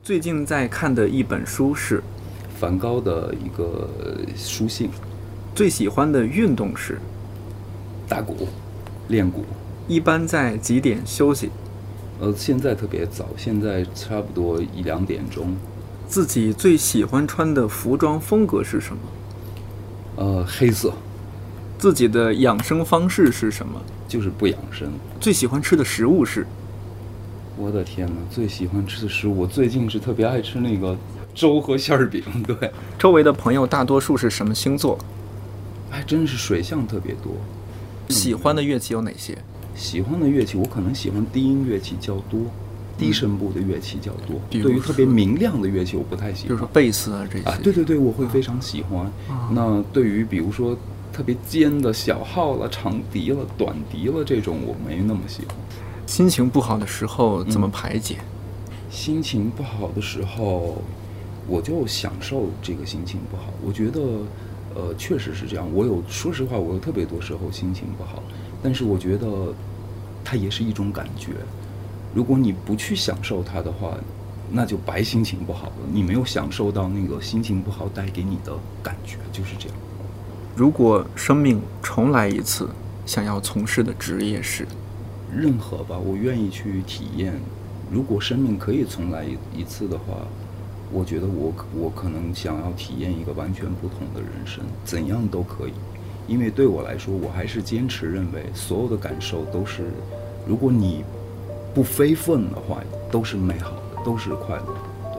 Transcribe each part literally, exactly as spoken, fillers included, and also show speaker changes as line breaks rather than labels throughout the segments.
最近在看的一本书是
梵高的一个书信。
最喜欢的运动是
打鼓，练鼓。
一般在几点休息？
呃，现在特别早，现在差不多一两点钟。
自己最喜欢穿的服装风格是什么？
呃，黑色。
自己的养生方式是什么？
就是不养生。
最喜欢吃的食物是？
我的天哪，最喜欢吃的食物，我最近是特别爱吃那个粥和馅儿饼。对。
周围的朋友大多数是什么星座？
还真是水象特别多。
喜欢的乐器有哪些？
喜欢的乐器，我可能喜欢低音乐器较多，低声部的乐器较多。
嗯、
对于特别明亮的乐器，我不太喜欢。
比如说贝斯啊这些。
啊，对对对，我会非常喜欢。
啊、
那对于比如说特别尖的小号了、长笛了、短笛了这种，我没那么喜欢。
心情不好的时候怎么排解？
嗯、心情不好的时候，我就享受这个心情不好。我觉得，呃，确实是这样。我有，说实话，我有特别多时候心情不好，但是我觉得它也是一种感觉。如果你不去享受它的话，那就白心情不好了。你没有享受到那个心情不好带给你的感觉，就是这样。
如果生命重来一次，想要从事的职业是？
任何吧，我愿意去体验。如果生命可以重来一次的话，我觉得我我可能想要体验一个完全不同的人生，怎样都可以。因为对我来说，我还是坚持认为，所有的感受都是，如果你不非分的话，都是美好的，都是快乐的。对。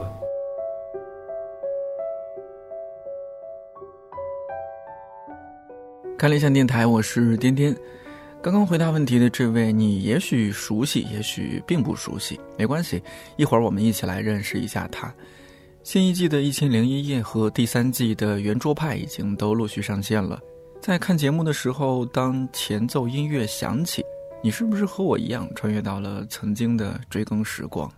看理想电台，我是颠颠。刚刚回答问题的这位，你也许熟悉，也许并不熟悉，没关系，一会儿我们一起来认识一下他。新一季的一千零一夜和第三季的圆桌派已经都陆续上线了。在看节目的时候，当前奏音乐响起，你是不是和我一样穿越到了曾经的追更时光？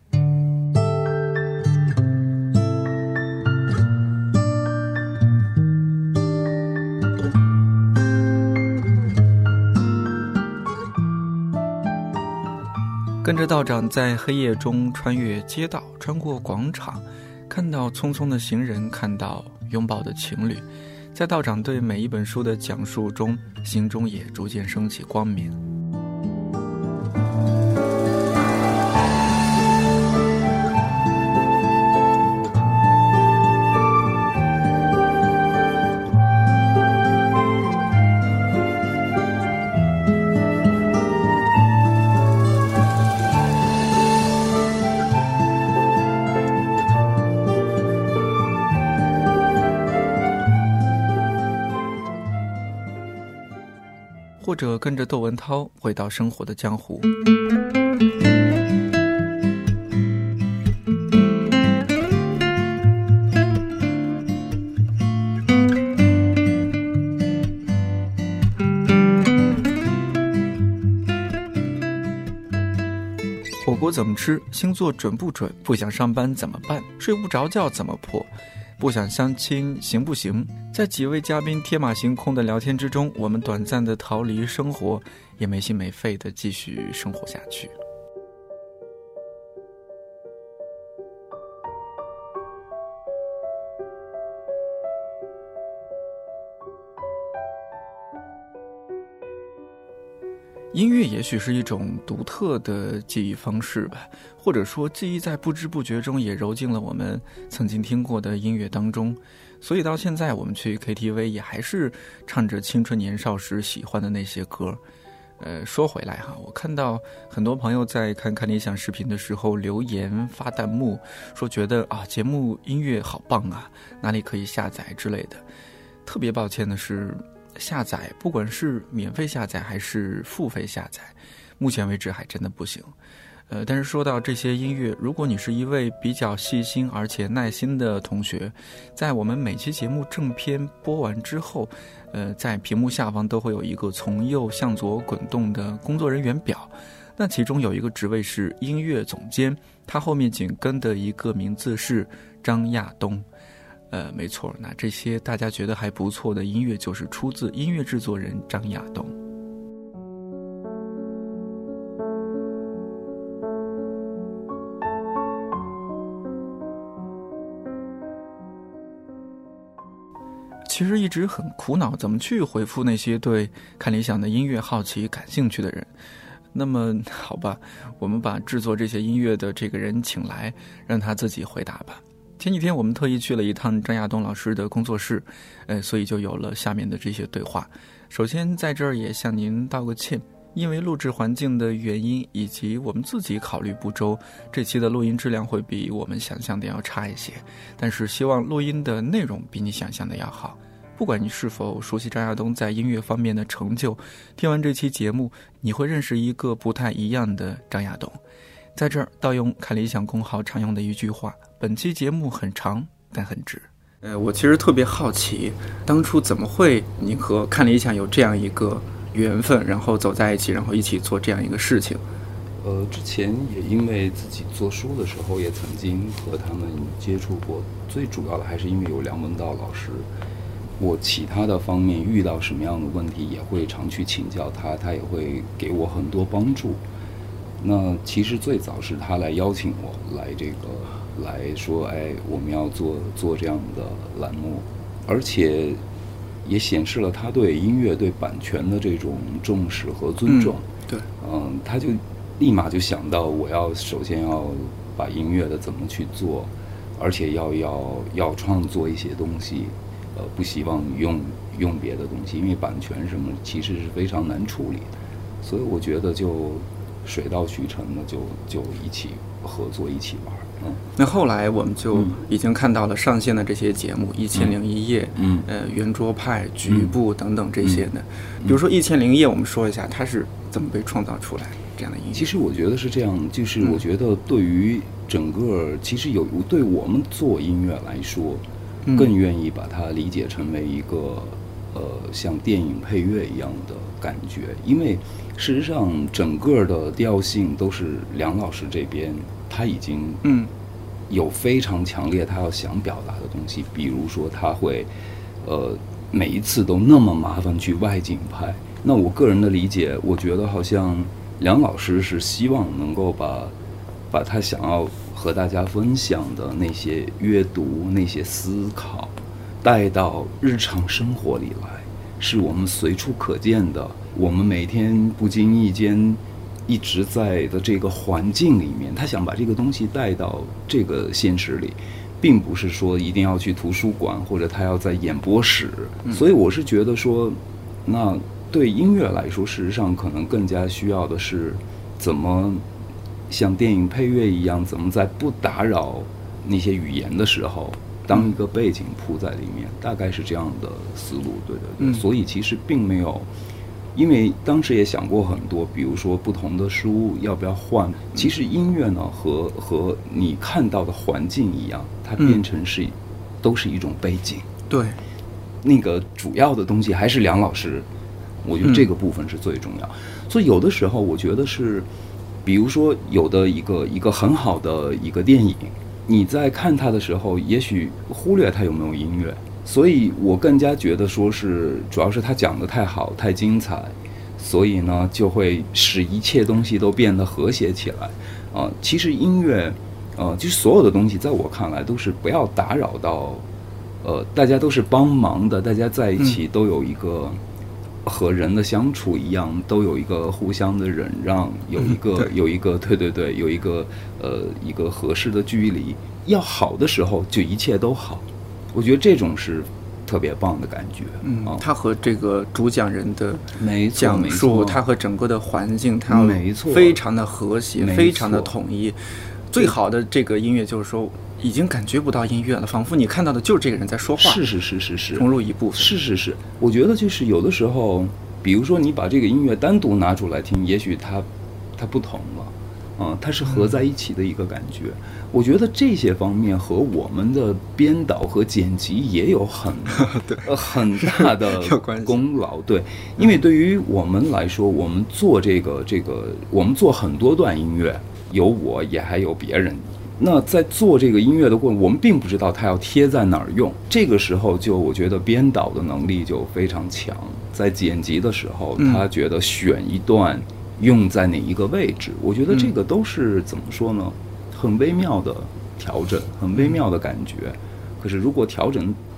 跟着道长在黑夜中穿越街道，穿过广场，看到匆匆的行人，看到拥抱的情侣，在道长对每一本书的讲述中，心中也逐渐升起光明。或者跟着窦文涛回到生活的江湖。火锅怎么吃？星座准不准？不想上班怎么办？睡不着觉怎么破？不想相亲行不行？在几位嘉宾天马行空的聊天之中，我们短暂的逃离生活，也没心没肺的继续生活下去。音乐也许是一种独特的记忆方式吧，或者说记忆在不知不觉中也揉进了我们曾经听过的音乐当中，所以到现在我们去 K T V 也还是唱着青春年少时喜欢的那些歌。呃，说回来哈，我看到很多朋友在看看理想视频的时候留言发弹幕，说觉得啊节目音乐好棒啊，哪里可以下载之类的。特别抱歉的是，下载不管是免费下载还是付费下载，目前为止还真的不行。呃，但是说到这些音乐，如果你是一位比较细心而且耐心的同学，在我们每期节目正片播完之后，呃，在屏幕下方都会有一个从右向左滚动的工作人员表，那其中有一个职位是音乐总监，他后面紧跟的一个名字是张亚东。呃，没错，那这些大家觉得还不错的音乐就是出自音乐制作人张亚东。 其实一直很苦恼怎么去回复那些对看理想的音乐好奇感兴趣的人。那么好吧，我们把制作这些音乐的这个人请来，让他自己回答吧。前几天我们特意去了一趟张亚东老师的工作室，呃，所以就有了下面的这些对话。首先在这儿也向您道个歉，因为录制环境的原因以及我们自己考虑不周，这期的录音质量会比我们想象的要差一些，但是希望录音的内容比你想象的要好。不管你是否熟悉张亚东在音乐方面的成就，听完这期节目你会认识一个不太一样的张亚东。在这儿盗用看理想公号常用的一句话，本期节目很长但很值。呃，我其实特别好奇，当初怎么会你和看理想有这样一个缘分，然后走在一起，然后一起做这样一个事情？
呃，之前也因为自己做书的时候也曾经和他们接触过，最主要的还是因为有梁文道老师，我其他的方面遇到什么样的问题也会常去请教他，他也会给我很多帮助。那其实最早是他来邀请我来这个来说，哎，我们要做做这样的栏目，而且也显示了他对音乐对版权的这种重视和尊重。
嗯、对，
嗯，他就立马就想到我要首先要把音乐的怎么去做，而且要要要创作一些东西。呃，不希望用用别的东西，因为版权什么其实是非常难处理的，所以我觉得就水到渠成的就就一起合作一起玩。嗯，
那后来我们就已经看到了上线的这些节目，《一千零一夜》，
嗯，
呃，圆桌派、局部等等这些的。嗯、比如说《一千零一夜》，我们说一下它是怎么被创造出来这样的音乐。
其实我觉得是这样，就是我觉得对于整个，嗯、其实有对我们做音乐来说。更愿意把它理解成为一个呃像电影配乐一样的感觉，因为事实上整个的调性都是梁老师这边他已经嗯有非常强烈他要想表达的东西，比如说他会呃每一次都那么麻烦去外景拍，那我个人的理解，我觉得好像梁老师是希望能够把把他想要和大家分享的那些阅读、那些思考带到日常生活里来，是我们随处可见的，我们每天不经意间一直在的这个环境里面，他想把这个东西带到这个现实里，并不是说一定要去图书馆或者他要在演播室。嗯、所以我是觉得说，那对音乐来说，事实上可能更加需要的是怎么像电影配乐一样，怎么在不打扰那些语言的时候，当一个背景铺在里面，大概是这样的思路，对对对。嗯、所以其实并没有，因为当时也想过很多，比如说不同的书要不要换。其实音乐呢，和和你看到的环境一样，它变成是、嗯、都是一种背景。
对，
那个主要的东西还是梁老师，我觉得这个部分是最重要。嗯、所以有的时候我觉得是。比如说有的一个一个很好的一个电影，你在看它的时候也许忽略它有没有音乐，所以我更加觉得说是主要是它讲得太好太精彩，所以呢就会使一切东西都变得和谐起来啊、呃。其实音乐呃就是所有的东西在我看来都是不要打扰到呃大家都是帮忙的，大家在一起都有一个、嗯和人的相处一样，都有一个互相的忍让，有一个、嗯、有一个对对对，有一个呃一个合适的距离。要好的时候，就一切都好。我觉得这种是特别棒的感觉。
嗯，啊、他和这个主讲人的讲
没
述，他和整个的环境，他
没错，
非常的和谐，非常的统一。最好的这个音乐就是说，已经感觉不到音乐了，仿佛你看到的就是这个人在说话。
是是是是是，
融入一部分。
是是是，我觉得就是有的时候，比如说你把这个音乐单独拿出来听，也许它它不同了，嗯，它是合在一起的一个感觉。嗯、我觉得这些方面和我们的编导和剪辑也有很呃很大的功劳。对，因为对于我们来说，我们做这个这个，我们做很多段音乐。有我也还有别人，那在做这个音乐的过程，我们并不知道它要贴在哪儿用。这个时候就我觉得编导的能力就非常强，在剪辑的时候，他觉得选一段用在哪一个位置，我觉得这个都是怎么说呢，很微妙的调整，很微妙的感觉。可是如果调整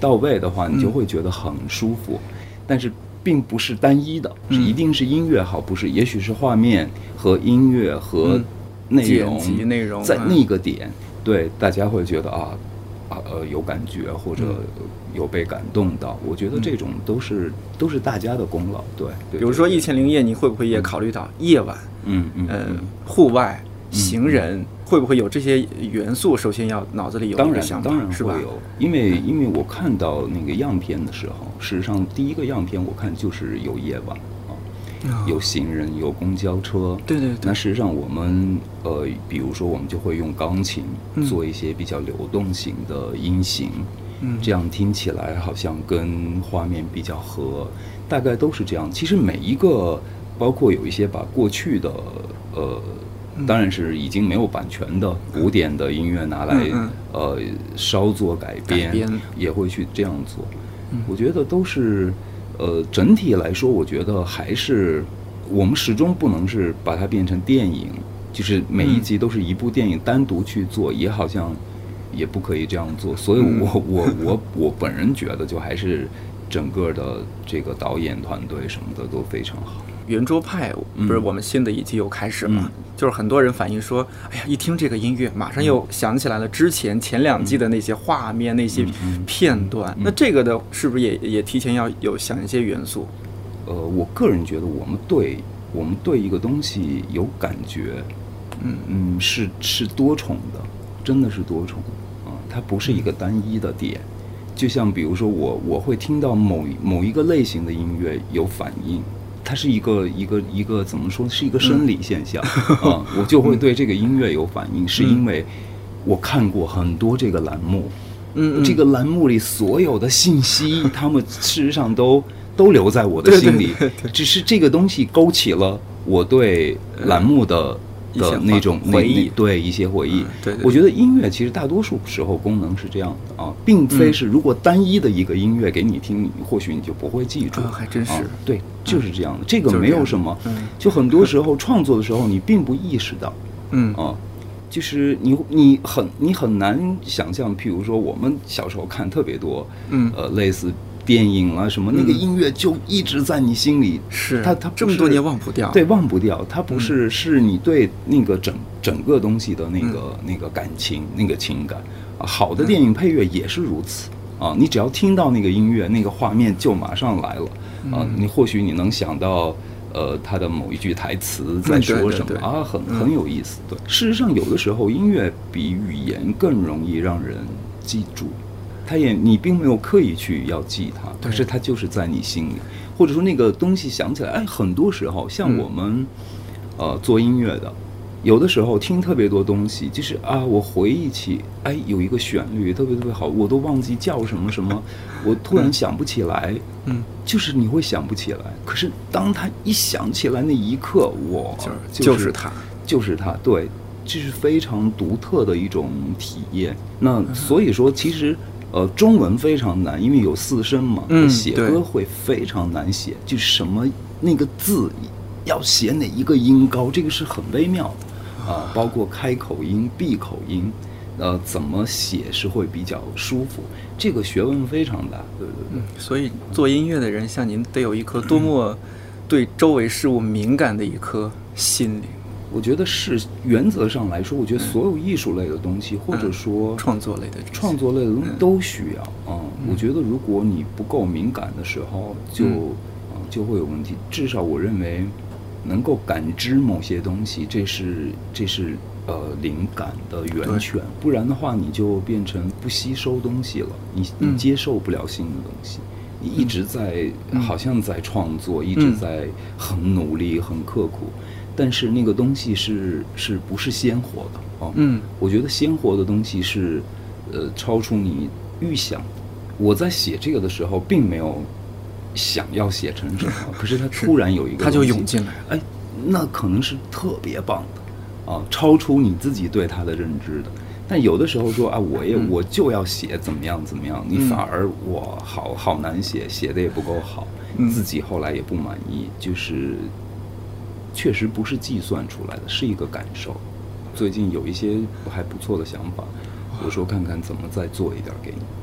到位的话，你就会觉得很舒服。嗯、但是并不是单一的，是一定是音乐好，不是，也许是画面和音乐和内容，
剪辑内容
在那个点，对大家会觉得啊啊呃有感觉或者有被感动到。我觉得这种都是都是大家的功劳。对，对
比如说《一千零一夜》，你会不会也考虑到夜晚？
嗯嗯
呃，户外行人。嗯会不会有这些元素？首先要脑子里有一个想法，
当然会有，因为因为我看到那个样片的时候，事实上第一个样片我看就是有夜晚啊，哦、有行人，有公交车。
对对对。
那事实上我们呃，比如说我们就会用钢琴做一些比较流动型的音型，嗯，这样听起来好像跟画面比较合，大概都是这样。其实每一个，包括有一些把过去的呃。当然是已经没有版权的古典的音乐拿来、嗯嗯、呃稍作改编，
改编
也会去这样做。嗯、我觉得都是呃整体来说，我觉得还是我们始终不能是把它变成电影，就是每一集都是一部电影单独去做，嗯、也好像也不可以这样做。所以我、嗯、我我我本人觉得，就还是整个的这个导演团队什么的都非常好。
圆桌派不是我们新的一季又开始了、嗯、就是很多人反映说，哎呀，一听这个音乐马上又想起来了之前前两季的那些画面、嗯、那些片段、嗯、那这个的是不是也也提前要有想一些元素？
呃，我个人觉得我们对我们对一个东西有感觉，嗯嗯，是是多重的，真的是多重啊、呃，它不是一个单一的点。嗯、就像比如说我我会听到某某一个类型的音乐有反应。它是一个一个一个怎么说？是一个生理现象啊、嗯呃，我就会对这个音乐有反应，嗯、是因为我看过很多这个栏目，嗯，这个栏目里所有的信息，他们事实上都都留在我的心里，
对对对对，
只是这个东西勾起了我对栏目的。的那种
回忆，
对一些回忆、嗯
对对对，
我觉得音乐其实大多数时候功能是这样的啊，并非是如果单一的一个音乐给你听，嗯、或许你就不会记住。
啊、还真是、
啊，对，就是这样的。嗯、这个没有什么，嗯、就很多时候创作的时候你并不意识到，嗯啊，就是你你很你很难想象，譬如说我们小时候看特别多，嗯呃类似。电影啊什么，那个音乐就一直在你心里，
是
它它
这么多年忘不掉，
对，忘不掉。它不是、嗯、是你对那个整整个东西的那个、嗯、那个感情那个情感啊。好的电影配乐也是如此、嗯、啊，你只要听到那个音乐，那个画面就马上来了啊。你或许你能想到呃他的某一句台词在说什么、嗯、对对对啊，很很有意思。对，事实上有的时候音乐比语言更容易让人记住。他也，你并没有刻意去要记它，可是它就是在你心里，或者说那个东西想起来，哎，很多时候像我们，嗯、呃，做音乐的，有的时候听特别多东西，就是啊，我回忆起，哎，有一个旋律特别特别好，我都忘记叫什么什么，我突然想不起来，嗯，就是你会想不起来，可是当他一想起来那一刻，哇，
就是就是他，
就是他，对，这是非常独特的一种体验。那所以说，其实。呃，中文非常难，因为有四声嘛，
嗯、
写歌会非常难写，就是什么那个字要写哪一个音高，这个是很微妙的啊、呃，包括开口音、闭口音，呃，怎么写是会比较舒服，这个学问非常大，对对对。
嗯、所以做音乐的人，像您，得有一颗多么对周围事物敏感的一颗心灵。
我觉得是原则上来说，我觉得所有艺术类的东西，嗯、或者说
创作类的
创作类的东西都需要啊、嗯嗯。我觉得如果你不够敏感的时候，就、嗯呃、就会有问题。至少我认为，能够感知某些东西，这是这是呃灵感的源泉。不然的话，你就变成不吸收东西了，你你接受不了新的东西。嗯、你一直在、嗯、好像在创作，一直在很努力、很刻苦。但是那个东西是是不是鲜活的哦？嗯，我觉得鲜活的东西是，呃，超出你预想。我在写这个的时候，并没有想要写成什么，可是它突然有一个，
它就涌进来，
哎，那可能是特别棒的，啊，超出你自己对它的认知的。但有的时候说啊，我也、嗯、我就要写怎么样怎么样，你反而我好好难写，写的也不够好，嗯、自己后来也不满意，就是。确实不是计算出来的，是一个感受。最近有一些还不错的想法，我说看看怎么再做一点给你。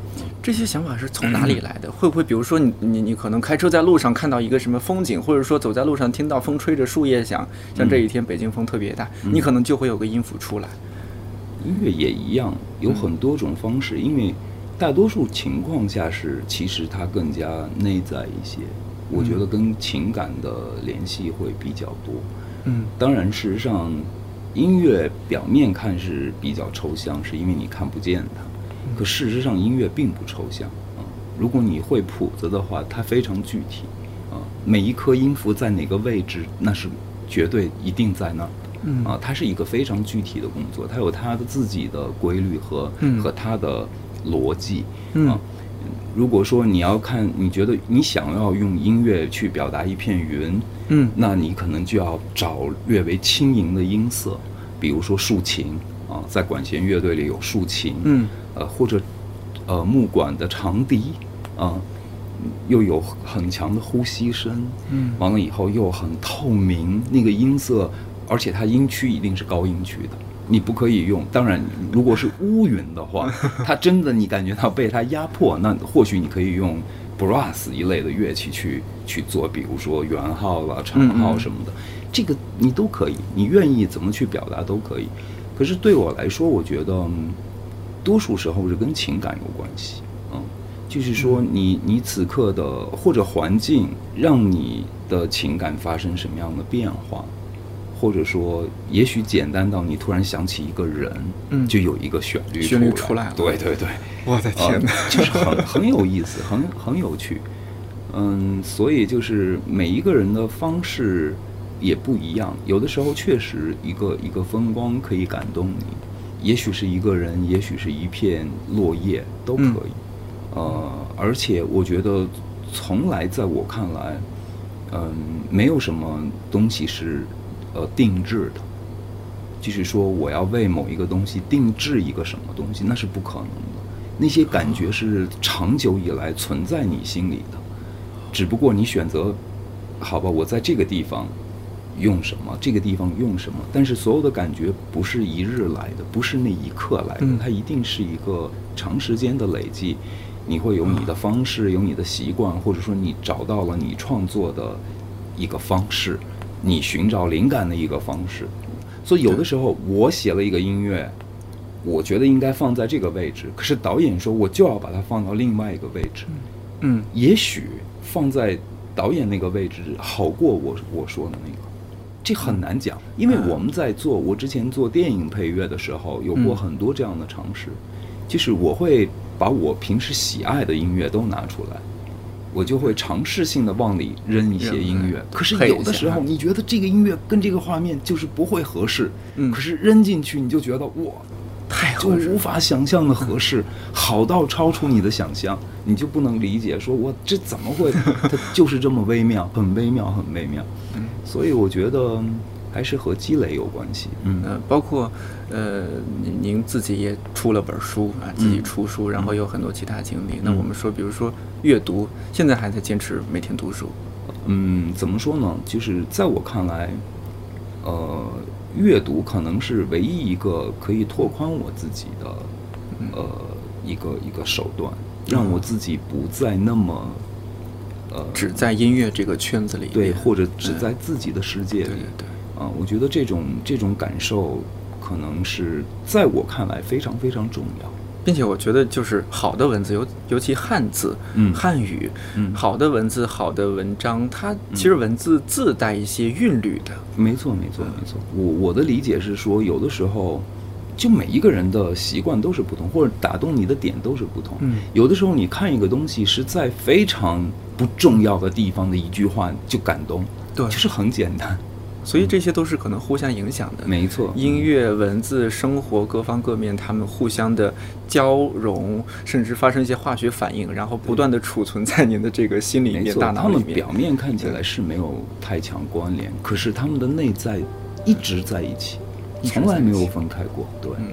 这些想法是从哪里来的？会不会比如说你你你可能开车在路上看到一个什么风景，或者说走在路上听到风吹着树叶响，像这一天北京风特别大，嗯、你可能就会有个音符出来。
音乐也一样，有很多种方式，嗯、因为大多数情况下是其实它更加内在一些，我觉得跟情感的联系会比较多。嗯，当然事实上音乐表面看是比较抽象，是因为你看不见它。可事实上，音乐并不抽象啊。如果你会谱子的话，它非常具体啊。每一颗音符在哪个位置，那是绝对一定在那儿的啊。它是一个非常具体的工作，它有它的自己的规律和和它的逻辑啊。如果说你要看，你觉得你想要用音乐去表达一片云，嗯，那你可能就要找略为轻盈的音色，比如说竖琴啊，在管弦乐队里有竖琴，嗯。呃，或者，呃，木管的长笛，啊、呃，又有很强的呼吸声，嗯，完了以后又很透明，那个音色，而且它音区一定是高音区的，你不可以用。当然，如果是乌云的话，它真的你感觉到被它压迫，那或许你可以用 brass 一类的乐器去去做，比如说圆号啦、长号什么的，嗯嗯这个你都可以，你愿意怎么去表达都可以。可是对我来说，我觉得。多数时候是跟情感有关系，嗯，就是说你你此刻的或者环境让你的情感发生什么样的变化，或者说也许简单到你突然想起一个人，嗯，就有一个旋律
旋律出来了，
对对对，
我的天哪，
呃、就是很很有意思，很很有趣，嗯，所以就是每一个人的方式也不一样，有的时候确实一个一个风光可以感动你。也许是一个人，也许是一片落叶，都可以。嗯、呃，而且我觉得，从来在我看来，嗯、呃，没有什么东西是呃定制的。就是说，我要为某一个东西定制一个什么东西，那是不可能的。那些感觉是长久以来存在你心里的，只不过你选择，好吧，我在这个地方。用什么？这个地方用什么？但是所有的感觉不是一日来的，不是那一刻来的，它一定是一个长时间的累积。你会有你的方式，有你的习惯，或者说你找到了你创作的一个方式，你寻找灵感的一个方式。所以有的时候我写了一个音乐，我觉得应该放在这个位置，可是导演说我就要把它放到另外一个位置。嗯，也许放在导演那个位置好过我我说的那个。这很难讲，因为我们在做，我之前做电影配乐的时候，有过很多这样的尝试。就是我会把我平时喜爱的音乐都拿出来，我就会尝试性的往里扔一些音乐。可是有的时候，你觉得这个音乐跟这个画面就是不会合适，可是扔进去你就觉得哇，
太
就无法想象的合适，好到超出你的想象，你就不能理解，说我这怎么会？它就是这么微妙，很微妙，很微妙。所以我觉得还是和积累有关系。
嗯，呃，包括呃，您自己也出了本书啊，自己出书，嗯、然后有很多其他经历。嗯、那我们说，比如说阅读，现在还在坚持每天读书。
嗯，怎么说呢？就是在我看来，呃，阅读可能是唯一一个可以拓宽我自己的呃一个一个手段，让我自己不再那么。呃，
只在音乐这个圈子里，
对，或者只在自己的世界里，对对对，啊，我觉得这种这种感受，可能是在我看来非常非常重要，
并且我觉得就是好的文字，尤尤其汉字，嗯，汉语，嗯，好的文字，好的文章，它其实文字自带一些韵律的，
嗯、没错没错没错。我我的理解是说，有的时候。就每一个人的习惯都是不同，或者打动你的点都是不同。嗯，有的时候你看一个东西是在非常不重要的地方的一句话就感动，
对，
就是很简单。
所以这些都是可能互相影响的。
没错，
音乐、文字、生活各方各面，他们互相的交融，甚至发生一些化学反应，然后不断的储存在您的这个心里面、大脑里面。
他们表面看起来是没有太强关联，可是他们的内在一直在一起。从来没有分开过，对。嗯、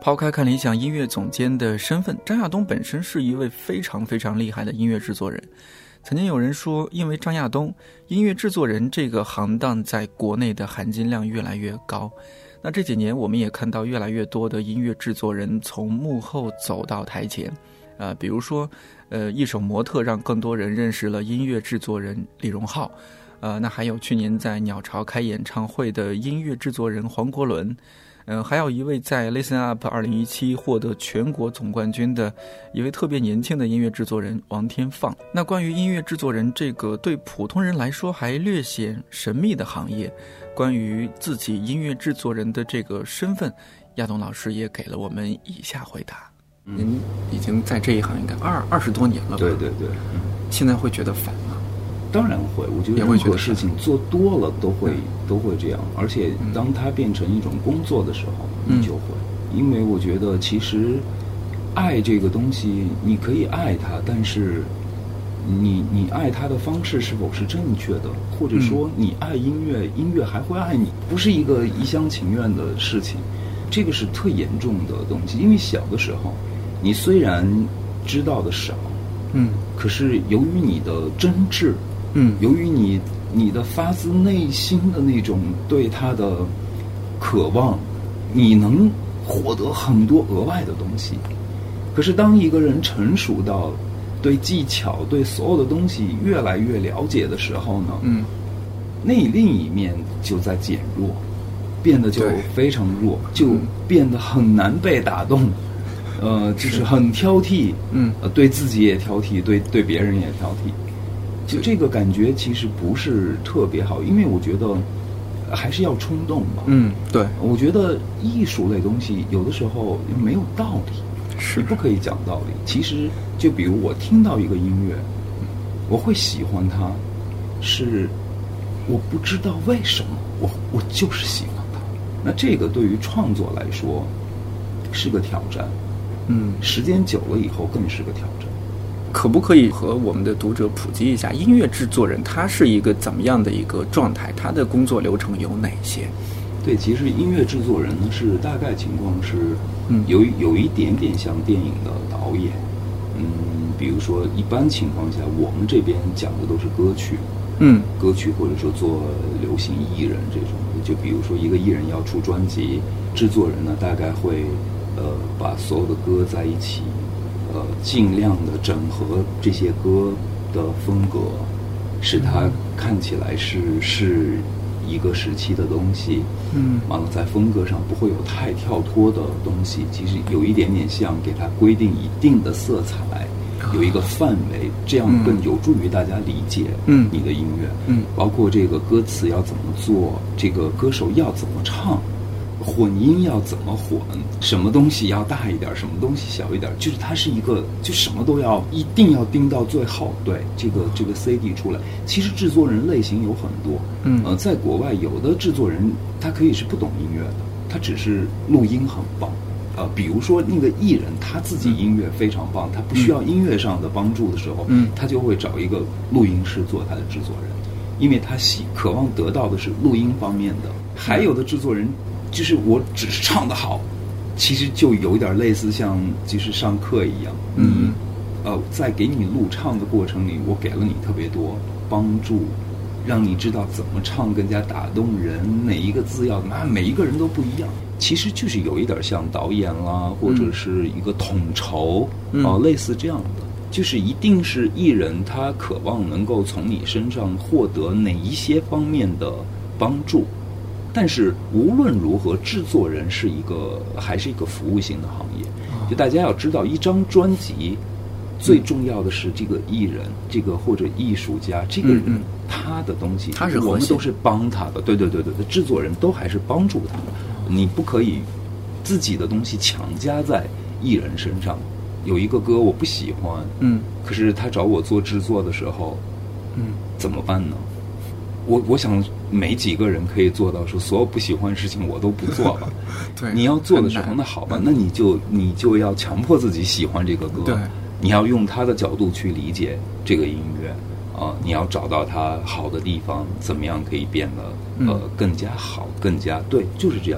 抛开看理想音乐总监的身份，张亚东本身是一位非常非常厉害的音乐制作人。曾经有人说，因为张亚东，音乐制作人这个行当在国内的含金量越来越高。那这几年我们也看到越来越多的音乐制作人从幕后走到台前，呃，比如说，呃，一首《模特》让更多人认识了音乐制作人李荣浩，呃，那还有去年在鸟巢开演唱会的音乐制作人黄国伦。嗯，还有一位在 Listen Up 二零一七获得全国总冠军的一位特别年轻的音乐制作人王天放。那关于音乐制作人这个对普通人来说还略显神秘的行业，关于自己音乐制作人的这个身份，亚东老师也给了我们以下回答。嗯、您已经在这一行应该二二十多年了吧？
对对对。嗯、
现在会觉得烦吗？
当然会，我觉得任何事情做多了都会、嗯、都会这样，而且当它变成一种工作的时候，嗯、你就会，因为我觉得其实爱这个东西，你可以爱它，但是你你爱它的方式是否是正确的，或者说你爱音乐，嗯、音乐还会爱你，不是一个一厢情愿的事情，这个是特严重的东西。因为小的时候，你虽然知道的少，嗯，可是由于你的真挚。嗯，由于你你的发自内心的那种对他的渴望，你能获得很多额外的东西。可是当一个人成熟到对技巧、对所有的东西越来越了解的时候呢，嗯，那另一面就在减弱，变得就非常弱，就变得很难被打动。呃，就是很挑剔，嗯，呃，对自己也挑剔，对对别人也挑剔。就这个感觉其实不是特别好，因为我觉得还是要冲动嘛。嗯，对，我觉得艺术类东西有的时候没有道理，是你不可以讲道理。其实就比如我听到一个音乐，我会喜欢它，是我不知道为什么，我我就是喜欢它。那这个对于创作来说是个挑战，嗯，时间久了以后更是个挑战。
可不可以和我们的读者普及一下，音乐制作人他是一个怎么样的一个状态？他的工作流程有哪些？
对，其实音乐制作人呢是大概情况是，嗯，有有一点点像电影的导演，嗯，比如说一般情况下，我们这边讲的都是歌曲，嗯，歌曲或者说做流行艺人这种，就比如说一个艺人要出专辑，制作人呢大概会呃把所有的歌在一起。呃，尽量的整合这些歌的风格，使它看起来是是一个时期的东西。嗯，完了在风格上不会有太跳脱的东西，其实有一点点像给它规定一定的色彩，有一个范围，这样更有助于大家理解嗯你的音乐。嗯，包括这个歌词要怎么做，这个歌手要怎么唱。混音要怎么混，什么东西要大一点，什么东西小一点，就是它是一个就什么都要一定要盯到最后。对，这个这个 C D 出来，其实制作人类型有很多。嗯，呃，在国外有的制作人他可以是不懂音乐的，他只是录音很棒。呃，比如说那个艺人他自己音乐非常棒，他不需要音乐上的帮助的时候，嗯，他就会找一个录音师做他的制作人，因为他喜渴望得到的是录音方面的。还有的制作人。就是我只是唱得好，其实就有一点类似像就是上课一样，嗯，呃，在给你录唱的过程里，我给了你特别多帮助，让你知道怎么唱更加打动人，哪一个字要怎么，每一个人都不一样。其实就是有一点像导演啦，或者是一个统筹啊、嗯呃，类似这样的，就是一定是艺人他渴望能够从你身上获得哪一些方面的帮助。但是无论如何，制作人是一个还是一个服务性的行业。就大家要知道，一张专辑最重要的是这个艺人，这个或者艺术家，这个人、嗯、他的东西，
他是
我们都是帮他的。对对对对对，制作人都还是帮助他的。你不可以自己的东西强加在艺人身上。有一个歌我不喜欢，嗯，可是他找我做制作的时候，嗯，怎么办呢？我我想没几个人可以做到说所有不喜欢的事情我都不做了。对，你要做的时候，那好吧，那你就你就要强迫自己喜欢这个歌。对，你要用他的角度去理解这个音乐啊、呃，你要找到它好的地方，怎么样可以变得呃更加好，更加对，就是这样。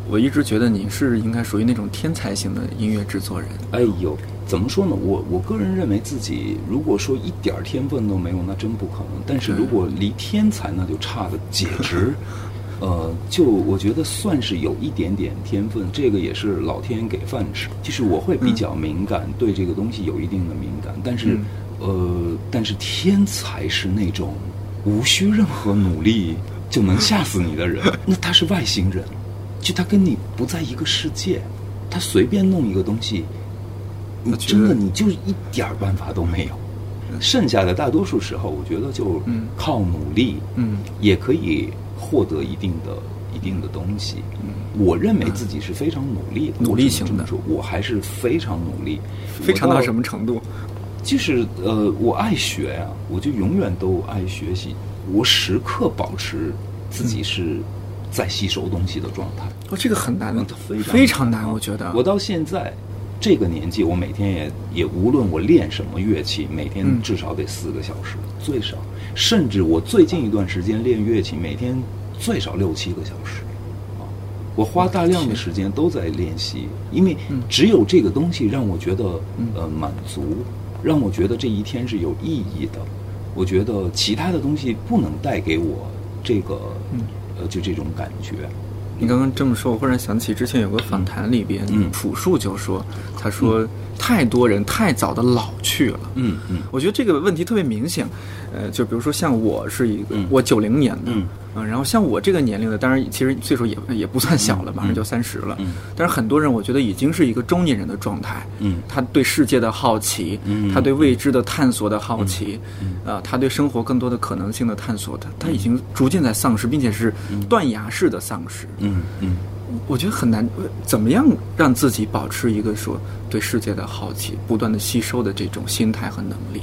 我一直觉得你是应该属于那种天才型的音乐制作人。
哎呦，怎么说呢？我我个人认为自己，如果说一点天分都没有，那真不可能。但是如果离天才，那就差的简直，呃，就我觉得算是有一点点天分，这个也是老天给饭吃。就是我会比较敏感，嗯、对这个东西有一定的敏感，但是，嗯、呃，但是天才是那种无需任何努力就能吓死你的人，那他是外星人，就他跟你不在一个世界，他随便弄一个东西，你真的你就一点办法都没有。剩下的大多数时候，我觉得就靠努力，嗯，也可以获得一定的一定的东西。嗯，我认为自己是非常努力的，
努力型的，
我还是非常努力，
非常到什么程度？
就是呃，我爱学呀、啊，我就永远都爱学习，我时刻保持自己是在吸收东西的状态。
哦，这个很难，
非常
非常难，我觉得。
我到现在这个年纪，我每天也也无论我练什么乐器，每天至少得四个小时，嗯、最少。甚至我最近一段时间练乐器，每天最少六七个小时。啊，我花大量的时间都在练习，因为只有这个东西让我觉得呃满足，让我觉得这一天是有意义的。我觉得其他的东西不能带给我这个呃就这种感觉。
你刚刚这么说，我忽然想起之前有个访谈里边，嗯，朴树就说，他说、嗯、太多人太早的老去了。
嗯嗯，
我觉得这个问题特别明显。呃，就比如说像我是一个，嗯、我九零年的，嗯、呃，然后像我这个年龄的，当然其实岁数也也不算小了，马上就三十了。嗯，但是很多人我觉得已经是一个中年人的状态。嗯，他对世界的好奇，嗯，他对未知的探索的好奇，嗯，啊、呃，他对生活更多的可能性的探索，他他已经逐渐在丧失，并且是断崖式的丧失。
嗯嗯，
我觉得很难，怎么样让自己保持一个说对世界的好奇、不断的吸收的这种心态和能力？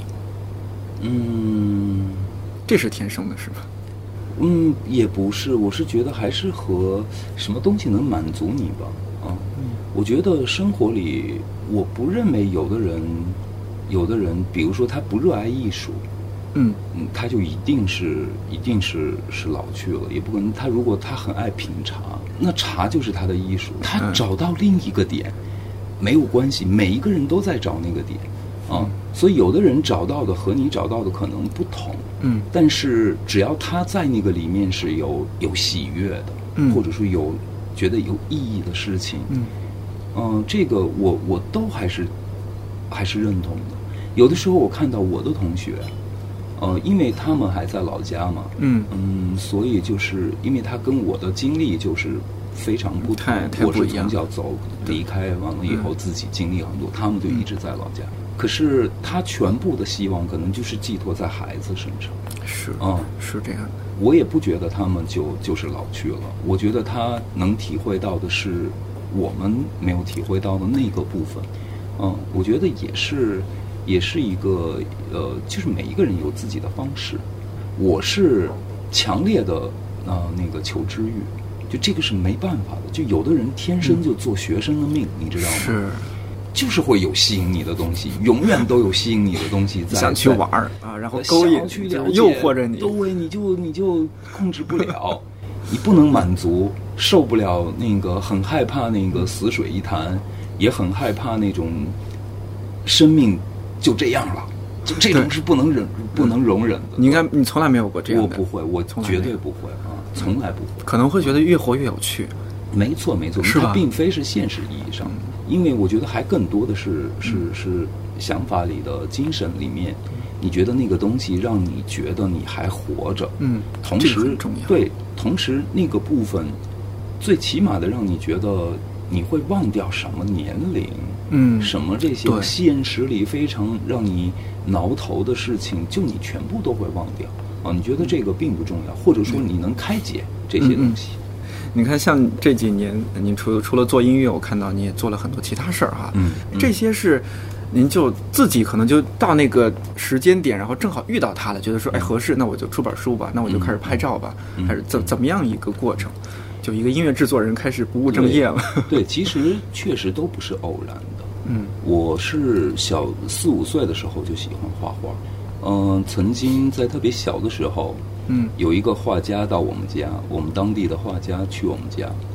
嗯，
这是天生的，是吧？
嗯，也不是，我是觉得还是和什么东西能满足你吧。啊，嗯、我觉得生活里，我不认为有的人，有的人，比如说他不热爱艺术。嗯嗯，他就一定是一定是是老去了，也不可能。他如果他很爱品茶，那茶就是他的艺术。他找到另一个点，嗯、没有关系，每一个人都在找那个点啊。嗯、所以有的人找到的和你找到的可能不同，嗯，但是只要他在那个里面是有有喜悦的，嗯，或者说有觉得有意义的事情，嗯嗯、呃，这个我我都还是还是认同的。有的时候我看到我的同学。呃，因为他们还在老家嘛，嗯嗯，所以就是因为他跟我的经历就是非常不同，我是从小走离开完了以后自己经历很多，他们就一直在老家。可是他全部的希望可能就是寄托在孩子身上，
是
啊、嗯，
是这样的。
我也不觉得他们就就是老去了，我觉得他能体会到的是我们没有体会到的那个部分，嗯，我觉得也是。也是一个呃，就是每一个人有自己的方式。我是强烈的呃那个求知欲，就这个是没办法的。就有的人天生就做学生的命，嗯、你知道吗？
是，
就是会有吸引你的东西，永远都有吸引你的东西在。
想去玩啊，然后勾引、
去了解
诱惑着你，
对，你就你就控制不了，你不能满足，受不了那个，很害怕那个死水一潭，也很害怕那种生命。就这样了，就这种是不能忍、不能容忍的。
你应该，你从来没有过这样的。
我不会，我绝对不会啊，从来不会。
可能会觉得越活越有趣。
没错，没错，它并非是现实意义上的，因为我觉得还更多的是是是想法里的精神里面，你觉得那个东西让你觉得你还活着，嗯，同时
很重要。
对，同时那个部分，最起码的让你觉得你会忘掉什么年龄。嗯，什么这些现实里非常让你挠头的事情，就你全部都会忘掉啊！你觉得这个并不重要，或者说你能开解这些东西。
嗯嗯、你看，像这几年，您除除了做音乐，我看到你也做了很多其他事儿哈。嗯，嗯这些是您就自己可能就到那个时间点，然后正好遇到它了，觉得说哎合适，那我就出本书吧，那我就开始拍照吧，嗯、还是怎怎么样一个过程？就一个音乐制作人开始不务正业了。
对，对其实确实都不是偶然的。嗯，我是小四五岁的时候就喜欢画画，嗯、呃，曾经在特别小的时候，嗯，有一个画家到我们家，我们当地的画家去我们家，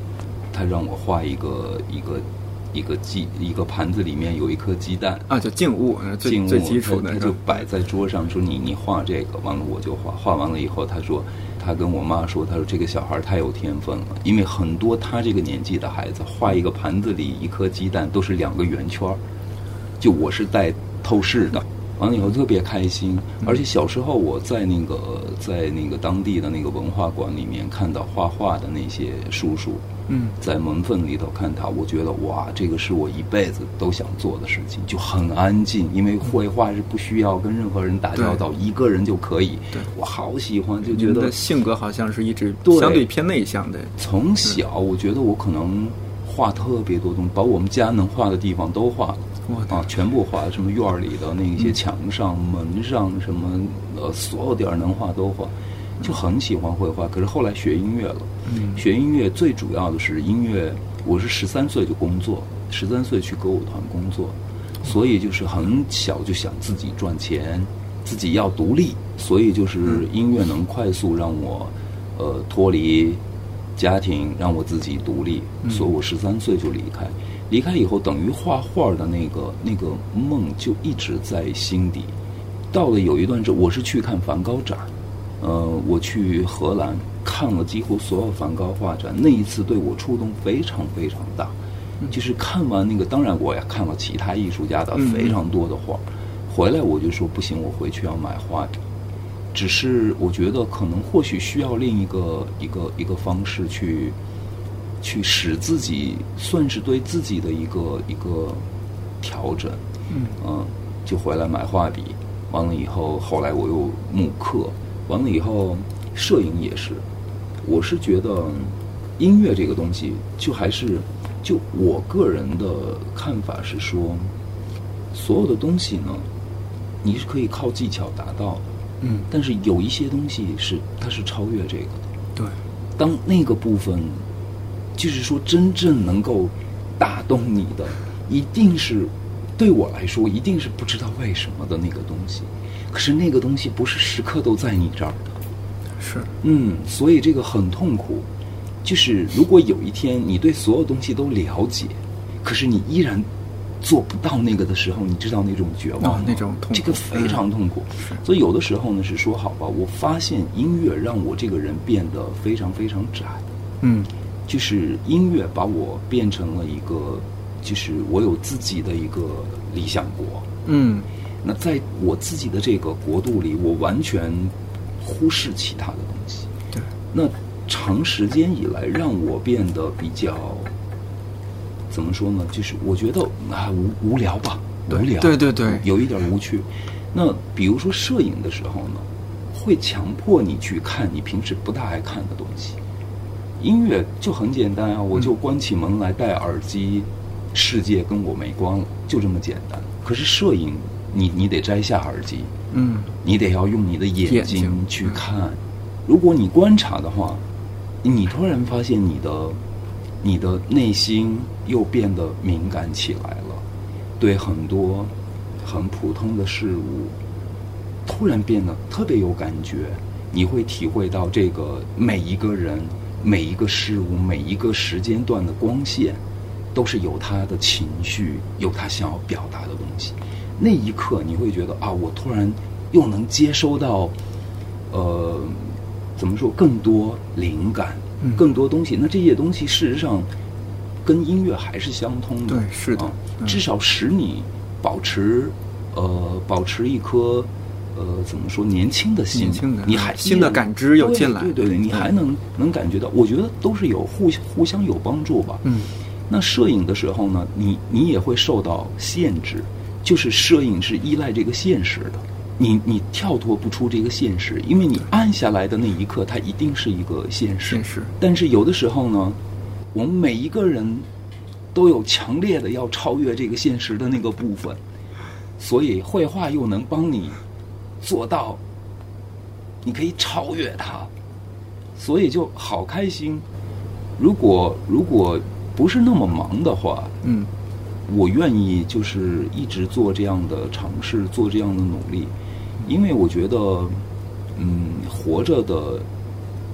他让我画一个一个一个鸡一个盘子里面有一颗鸡蛋
啊，就静物，最
静物
最基础的，
他就摆在桌上，说你你画这个，完了我就画，画完了以后，他说他跟我妈说，他说这个小孩太有天分了，因为很多他这个年纪的孩子画一个盘子里一颗鸡蛋都是两个圆圈，就我是带透视的。完了以后特别开心，而且小时候我在那个在那个当地的那个文化馆里面看到画画的那些叔叔，
嗯，
在门缝里头看他，我觉得哇，这个是我一辈子都想做的事情，就很安静，因为绘画是不需要跟任何人打交道，一个人就可以。对，我好喜欢，就觉得
的性格好像是一直相对偏内向的。
从小我觉得我可能画特别多东西，把我们家能画的地方都画了。啊，全部画，什么院里的那些墙上、门上，什么呃，所有地儿能画都画，就很喜欢绘画。可是后来学音乐了，嗯，学音乐最主要的是音乐。我是十三岁就工作，十三岁去歌舞团工作，所以就是很小就想自己赚钱，自己要独立，所以就是音乐能快速让我呃脱离家庭，让我自己独立，所以我十三岁就离开。离开以后，等于画画的那个那个梦就一直在心底。到了有一段时，我是去看梵高展，呃，我去荷兰看了几乎所有梵高画展。那一次对我触动非常非常大，就是看完那个，当然我也看了其他艺术家的非常多的画，回来我就说不行，我回去要买画笔。只是我觉得可能或许需要另一个一个一个方式去。去使自己算是对自己的一个一个调整，嗯，呃、就回来买画笔，完了以后，后来我又慕课，完了以后，摄影也是，我是觉得音乐这个东西，就还是就我个人的看法是说，所有的东西呢，你是可以靠技巧达到的，嗯，但是有一些东西是它是超越这个的，
对，
当那个部分。就是说，真正能够打动你的，一定是对我来说，一定是不知道为什么的那个东西。可是那个东西不是时刻都在你这儿的，
是，
嗯，所以这个很痛苦。就是如果有一天你对所有东西都了解，可是你依然做不到那个的时候，你知道那种绝望吗？
哦，那种痛苦，
这个非常痛苦。
嗯、
所以有的时候呢，是说好吧，我发现音乐让我这个人变得非常非常窄，
嗯。
就是音乐把我变成了一个，就是我有自己的一个理想国。
嗯，
那在我自己的这个国度里，我完全忽视其他的东西。
对，
那长时间以来让我变得比较，怎么说呢？就是我觉得啊无无聊吧，无聊，
对对对，
有一点无趣。那比如说摄影的时候呢，会强迫你去看你平时不大爱看的东西。音乐就很简单啊，我就关起门来戴耳机，世界跟我没关了，就这么简单。可是摄影，你你得摘下耳机，
嗯，
你得要用你的眼睛去看。如果你观察的话，你突然发现你的你的内心又变得敏感起来了，对很多很普通的事物，突然变得特别有感觉。你会体会到这个每一个人。每一个事物，每一个时间段的光线，都是有他的情绪，有他想要表达的东西。那一刻，你会觉得啊，我突然又能接收到，呃，怎么说，更多灵感，更多东西。那这些东西事实上跟音乐还是相通的，
对，是的，
嗯、至少使你保持，呃，保持一颗。呃，怎么说？年轻的心，
年轻的，
你还
新的感知又进来，
对对对，你还能能感觉到，我觉得都是有互互相有帮助吧。
嗯，
那摄影的时候呢，你你也会受到限制，就是摄影是依赖这个现实的，你你跳脱不出这个现实，因为你按下来的那一刻，它一定是一个现实。
现实。
但是有的时候呢，我们每一个人都有强烈的要超越这个现实的那个部分，所以绘画又能帮你。做到，你可以超越它，所以就好开心。如果如果不是那么忙的话，
嗯，
我愿意就是一直做这样的尝试，做这样的努力，因为我觉得，嗯，活着的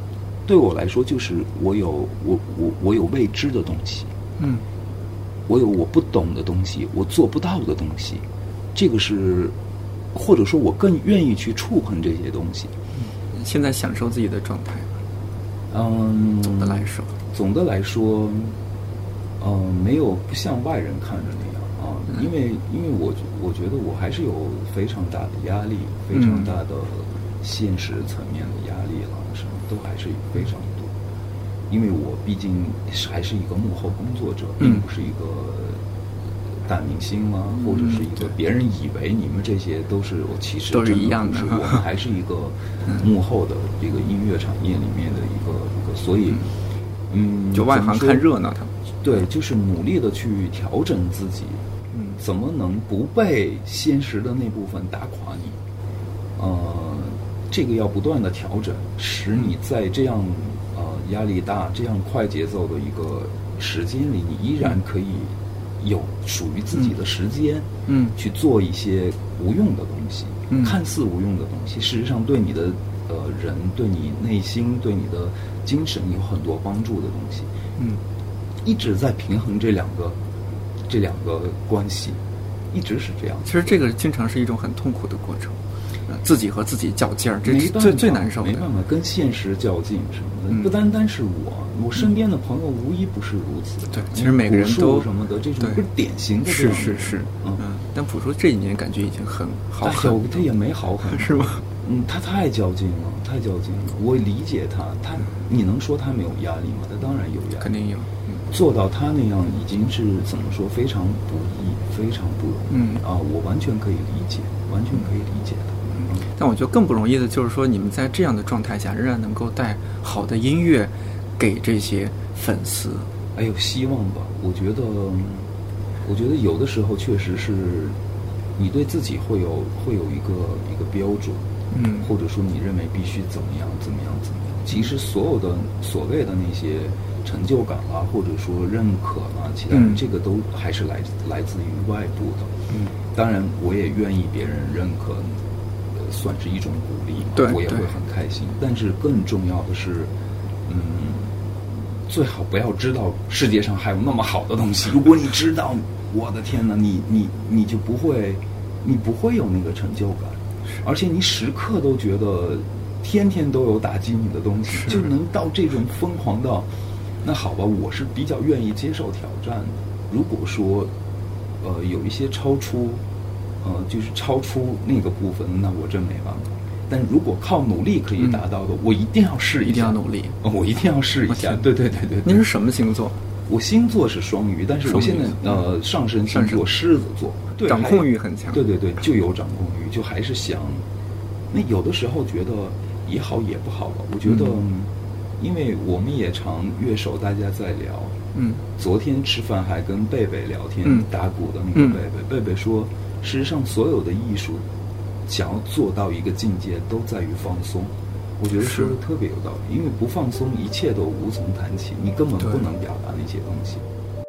对我来说就是我有我我我有未知的东西，
嗯，
我有我不懂的东西，我做不到的东西，这个是，或者说我更愿意去触碰这些东西。
嗯，现在享受自己的状态。
嗯，
总的来说，
总的来说，呃，没有不像外人看着那样啊，嗯、因为因为我我觉得我还是有非常大的压力，非常大的现实层面的压力了，什么都还是非常多。因为我毕竟还是一个幕后工作者，并不是一个大明星啊，嗯、或者是一个别人以为你们这些都是我其实
都是一样的，
我们还是一个幕后的这个音乐产业里面的一个一个，所以嗯，
就外行看热闹，他们
对，就是努力的去调整自己，嗯，怎么能不被现实的那部分打垮你？呃，这个要不断的调整，使你在这样呃压力大、这样快节奏的一个时间里，你依然可以有属于自己的时间，嗯，去做一些无用的东西，嗯，看似无用的东西，事实上对你的呃人、对你内心、对你的精神有很多帮助的东西，嗯，一直在平衡这两个这两个关系，一直是这样。
其实这个经常是一种很痛苦的过程。自己和自己较劲儿，这是最最难受的。
没办法，跟现实较劲什么的，嗯、不单单是我，我身边的朋友无一不是如此。
对，其实每个人都
什么的，这种不是典型的。
是是是，嗯。但朴树这一年感觉已经很好
很，他也没好很，
是吗？
嗯，他太较劲了，太较劲了。我理解他，他你能说他没有压力吗？他当然有压力，
肯定有。嗯、
做到他那样已经是怎么说，非常不易，非常不容易。嗯啊，我完全可以理解，完全可以理解他。
但我觉得更不容易的就是说，你们在这样的状态下，仍然能够带好的音乐给这些粉丝。
哎有希望吧？我觉得，我觉得有的时候确实是，你对自己会有会有一个一个标准，嗯，或者说你认为必须怎么样怎么样怎么样。其实所有的所谓的那些成就感啊，或者说认可啊，其他人、嗯、这个都还是来来自于外部的。嗯，当然我也愿意别人认可。算是一种鼓励嘛，
对，
我也会很开心。但是更重要的是，嗯，最好不要知道世界上还有那么好的东西。如果你知道，我的天哪，你你你就不会，你不会有那个成就感，而且你时刻都觉得天天都有打击你的东西，就能到这种疯狂到，那好吧，我是比较愿意接受挑战的。如果说，呃，有一些超出。呃，就是超出那个部分，那我真没办法。但如果靠努力可以达到的，嗯、我一定要试一下，
一定要努力，
我一定要试一下。对对对对。
您是什么星座？
我星座是双鱼，但是我现在呃上升星座狮子座，对，
掌控欲很强。
对对对，就有掌控欲，就还是想。那有的时候觉得也好也不好吧。我觉得，嗯、因为我们也常乐手大家在聊，嗯，昨天吃饭还跟贝贝聊天，嗯、打鼓的那个贝贝，嗯、贝贝说。事实上，所有的艺术想要做到一个境界，都在于放松。我觉得说的特别有道理，因为不放松，一切都无从谈起，你根本不能表达那些东西。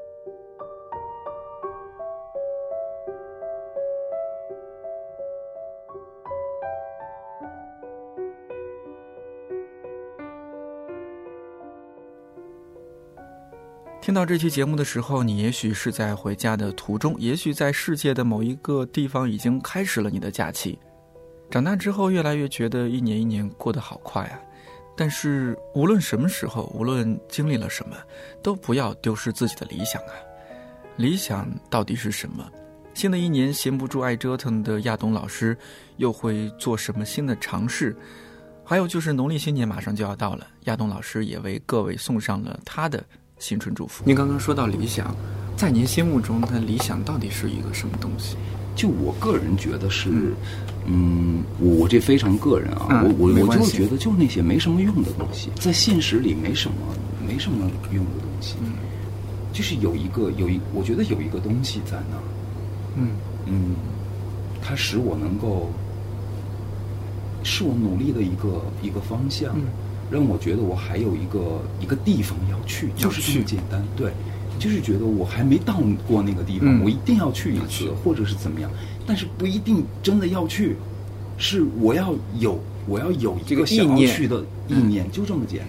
听到这期节目的时候，你也许是在回家的途中，也许在世界的某一个地方已经开始了你的假期。长大之后越来越觉得一年一年过得好快啊，但是无论什么时候，无论经历了什么，都不要丢失自己的理想啊。理想到底是什么？新的一年闲不住爱折腾的亚东老师又会做什么新的尝试？还有就是农历新年马上就要到了，亚东老师也为各位送上了他的新春祝福。您刚刚说到理想，在您心目中的理想到底是一个什么东西？
就我个人觉得是，嗯，我我这非常个人啊，嗯、我我我就觉得就那些没什么用的东西，在现实里没什么没什么用的东西，嗯、就是有一个有一，我觉得有一个东西在那儿，嗯嗯，它使我能够，是我努力的一个一个方向。嗯，让我觉得我还有一个一个地方要去，就是这么简单。对，就是觉得我还没到过那个地方，嗯、我一定要去一次，或者是怎么样。但是不一定真的要去，是我要有我要有一个想要去的意念，嗯、就这么简单。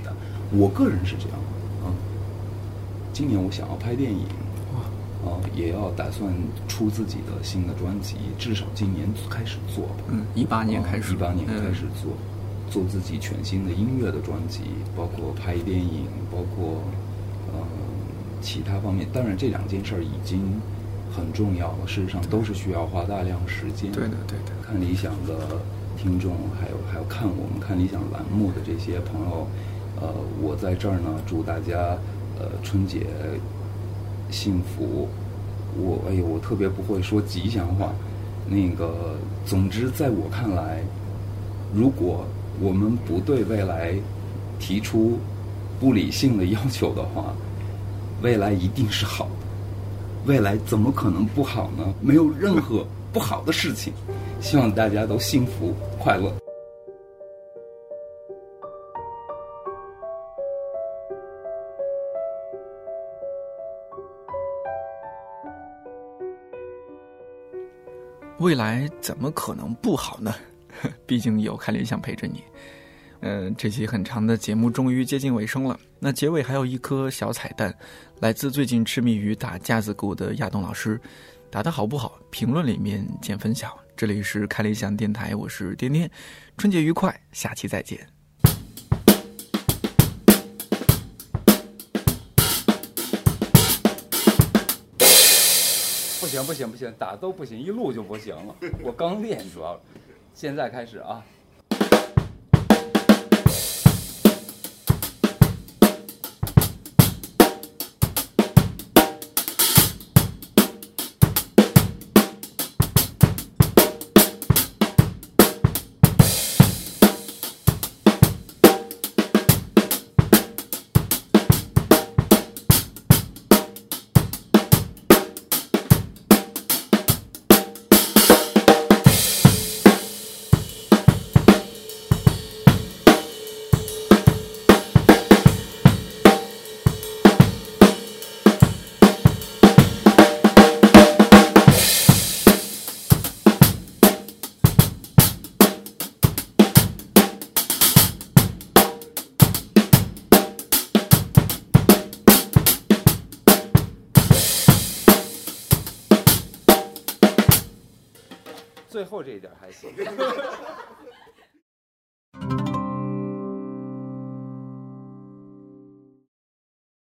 我个人是这样啊、嗯。今年我想要拍电影，啊、呃，也要打算出自己的新的专辑，至少今年开始做吧。
嗯，一八年开始，
一、呃、八年开始做、嗯，做自己全新的音乐的专辑，包括拍电影，包括呃其他方面。当然，这两件事儿已经很重要了，事实上都是需要花大量时间。
对的，对的。
看理想的听众，还有还有看我们看理想栏目的这些朋友，呃，我在这儿呢，祝大家呃春节幸福。我哎呦，我特别不会说吉祥话，那个，总之在我看来，如果我们不对未来提出不理性的要求的话，未来一定是好的。未来怎么可能不好呢？没有任何不好的事情。希望大家都幸福快乐。
未来怎么可能不好呢？毕竟有看理想陪着你。嗯、呃，这期很长的节目终于接近尾声了。那结尾还有一颗小彩蛋，来自最近痴迷于打架子鼓的亚东老师。打得好不好？评论里面见分晓。这里是看理想电台，我是颠颠，春节愉快，下期再见。
不行不行不行，打都不行，一录就不行了。我刚练，主要现在开始啊。最后这一点还行。